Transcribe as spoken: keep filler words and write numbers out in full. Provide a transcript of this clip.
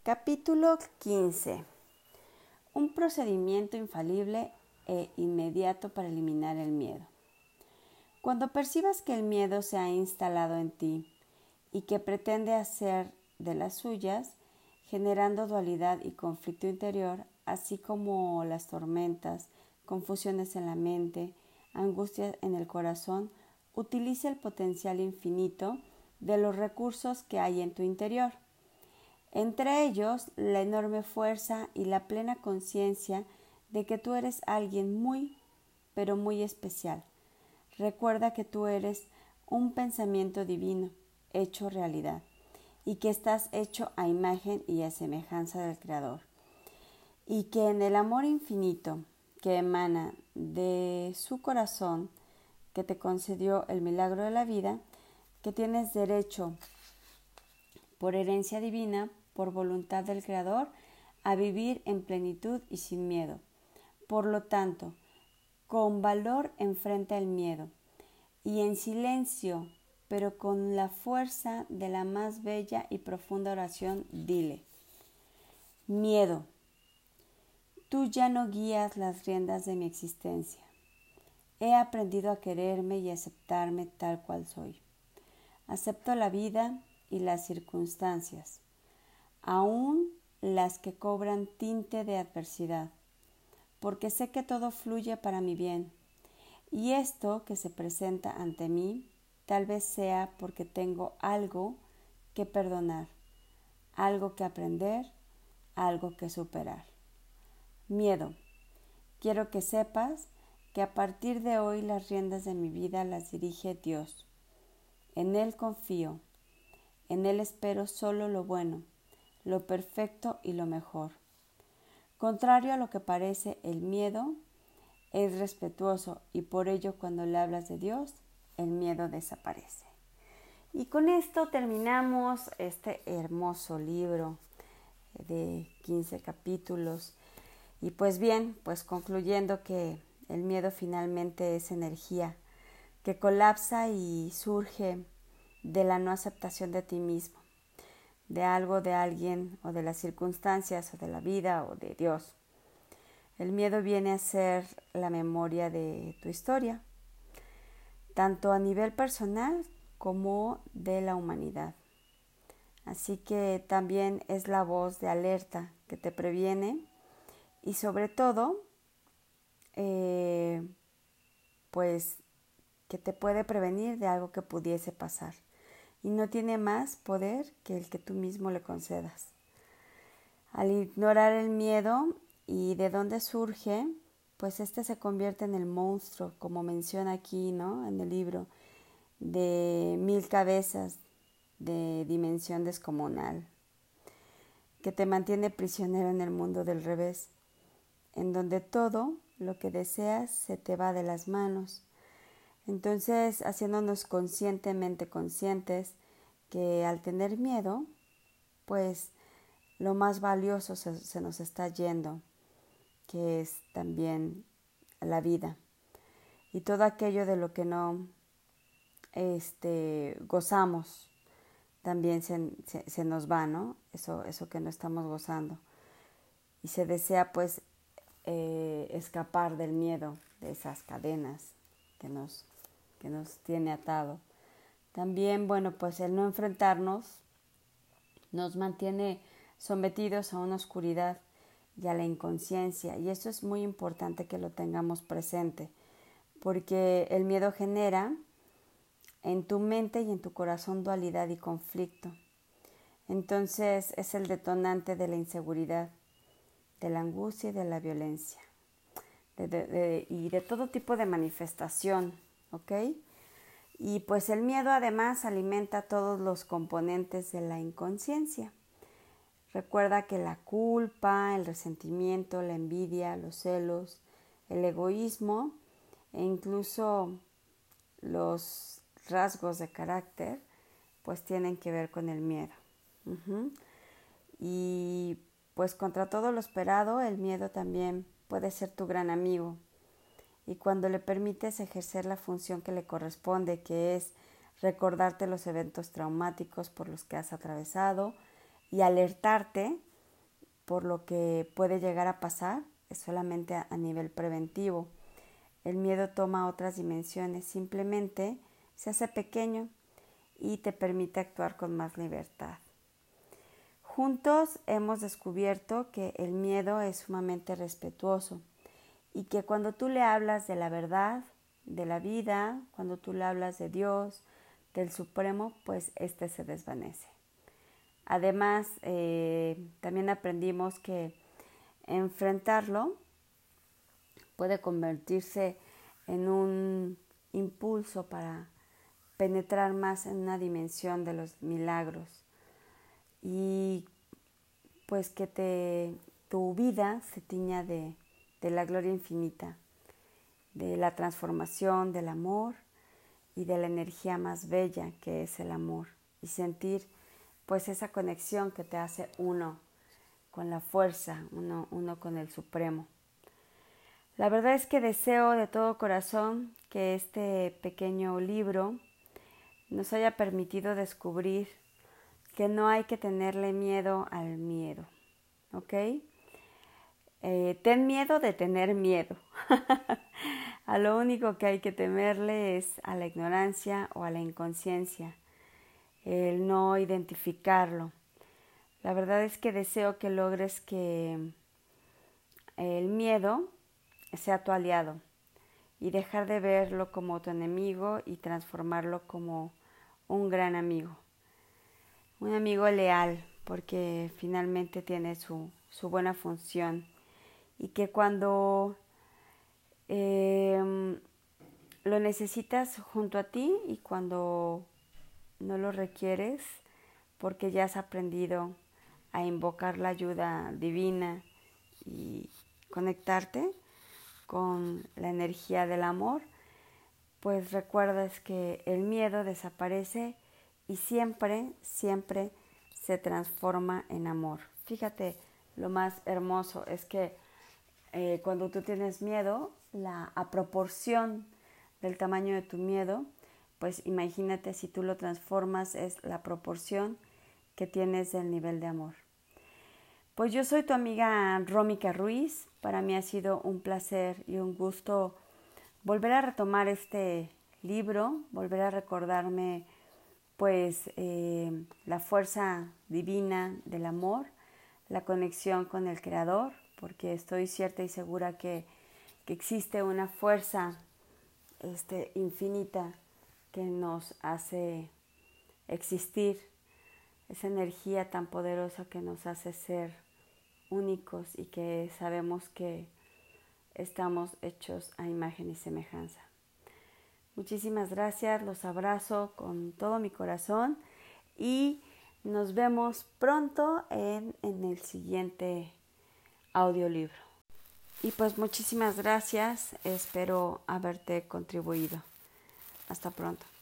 Capítulo quince. Un procedimiento infalible e inmediato para eliminar el miedo. Cuando percibas que el miedo se ha instalado en ti y que pretende hacer de las suyas, generando dualidad y conflicto interior, así como las tormentas, confusiones en la mente, angustias en el corazón, utiliza el potencial infinito de los recursos que hay en tu interior. Entre ellos, la enorme fuerza y la plena conciencia de que tú eres alguien muy, pero muy especial. Recuerda que tú eres un pensamiento divino, hecho realidad, y que estás hecho a imagen y a semejanza del Creador, y que en el amor infinito que emana de su corazón, que te concedió el milagro de la vida, que tienes derecho por herencia divina, por voluntad del Creador, a vivir en plenitud y sin miedo. Por lo tanto, con valor enfrenta el miedo y en silencio, pero con la fuerza de la más bella y profunda oración, dile: miedo, tú ya no guías las riendas de mi existencia. He aprendido a quererme y aceptarme tal cual soy. Acepto la vida y las circunstancias, aún las que cobran tinte de adversidad, porque sé que todo fluye para mi bien, y esto que se presenta ante mí tal vez sea porque tengo algo que perdonar, algo que aprender, algo que superar. Miedo, quiero que sepas que a partir de hoy las riendas de mi vida las dirige Dios. En Él confío, en Él espero solo lo bueno, lo perfecto y lo mejor. Contrario a lo que parece, el miedo es respetuoso y por ello cuando le hablas de Dios, el miedo desaparece. Y con esto terminamos este hermoso libro de quince capítulos. Y pues bien, pues concluyendo que el miedo finalmente es energía que colapsa y surge de la no aceptación de ti mismo, de algo, de alguien, o de las circunstancias, o de la vida, o de Dios. El miedo viene a ser la memoria de tu historia, tanto a nivel personal como de la humanidad. Así que también es la voz de alerta que te previene y sobre todo, eh, pues, que te puede prevenir de algo que pudiese pasar. Y no tiene más poder que el que tú mismo le concedas. Al ignorar el miedo y de dónde surge, pues este se convierte en el monstruo, como menciona aquí, ¿no?, en el libro, de mil cabezas, de dimensión descomunal, que te mantiene prisionero en el mundo del revés, en donde todo lo que deseas se te va de las manos. Entonces, haciéndonos conscientemente conscientes que al tener miedo, pues lo más valioso se, se nos está yendo, que es también la vida. Y todo aquello de lo que no este, gozamos, también se, se, se nos va, ¿no? Eso, eso que no estamos gozando. Y se desea, pues, eh, escapar del miedo, de esas cadenas que nos que nos tiene atado. También, bueno, pues el no enfrentarnos nos mantiene sometidos a una oscuridad y a la inconsciencia, y eso es muy importante que lo tengamos presente, porque el miedo genera en tu mente y en tu corazón dualidad y conflicto. Entonces es el detonante de la inseguridad, de la angustia y de la violencia, de, de, de, y de todo tipo de manifestación, ¿ok? Y pues el miedo además alimenta todos los componentes de la inconsciencia. Recuerda que la culpa, el resentimiento, la envidia, los celos, el egoísmo e incluso los rasgos de carácter, pues tienen que ver con el miedo. Uh-huh. Y pues contra todo lo esperado, el miedo también puede ser tu gran amigo. Y cuando le permites ejercer la función que le corresponde, que es recordarte los eventos traumáticos por los que has atravesado y alertarte por lo que puede llegar a pasar, es solamente a, a nivel preventivo. El miedo toma otras dimensiones, simplemente se hace pequeño y te permite actuar con más libertad. Juntos hemos descubierto que el miedo es sumamente respetuoso y que cuando tú le hablas de la verdad, de la vida, cuando tú le hablas de Dios, del Supremo, pues este se desvanece. Además, eh, también aprendimos que enfrentarlo puede convertirse en un impulso para penetrar más en una dimensión de los milagros y pues que te, tu vida se tiña de, de la gloria infinita, de la transformación, del amor y de la energía más bella que es el amor, y sentir pues esa conexión que te hace uno con la fuerza, uno, uno con el Supremo. La verdad es que deseo de todo corazón que este pequeño libro nos haya permitido descubrir que no hay que tenerle miedo al miedo, ¿ok? Eh, ten miedo de tener miedo. A lo único que hay que temerle es a la ignorancia o a la inconsciencia, el no identificarlo. La verdad es que deseo que logres que el miedo sea tu aliado y dejar de verlo como tu enemigo y transformarlo como un gran amigo. Un amigo leal, porque finalmente tiene su, su buena función y que cuando eh, lo necesitas junto a ti y cuando no lo requieres, porque ya has aprendido a invocar la ayuda divina y conectarte con la energía del amor, pues recuerdas que el miedo desaparece y siempre, siempre se transforma en amor. Fíjate, lo más hermoso es que eh, cuando tú tienes miedo, la, a proporción del tamaño de tu miedo, pues imagínate si tú lo transformas, es la proporción que tienes del nivel de amor. Pues yo soy tu amiga Rómica Ruiz. Para mí ha sido un placer y un gusto volver a retomar este libro, volver a recordarme pues eh, la fuerza divina del amor, la conexión con el Creador, porque estoy cierta y segura que, que existe una fuerza este, infinita que nos hace existir, esa energía tan poderosa que nos hace ser únicos y que sabemos que estamos hechos a imagen y semejanza. Muchísimas gracias, los abrazo con todo mi corazón y nos vemos pronto en, en el siguiente audiolibro. Y pues muchísimas gracias, espero haberte contribuido. Hasta pronto.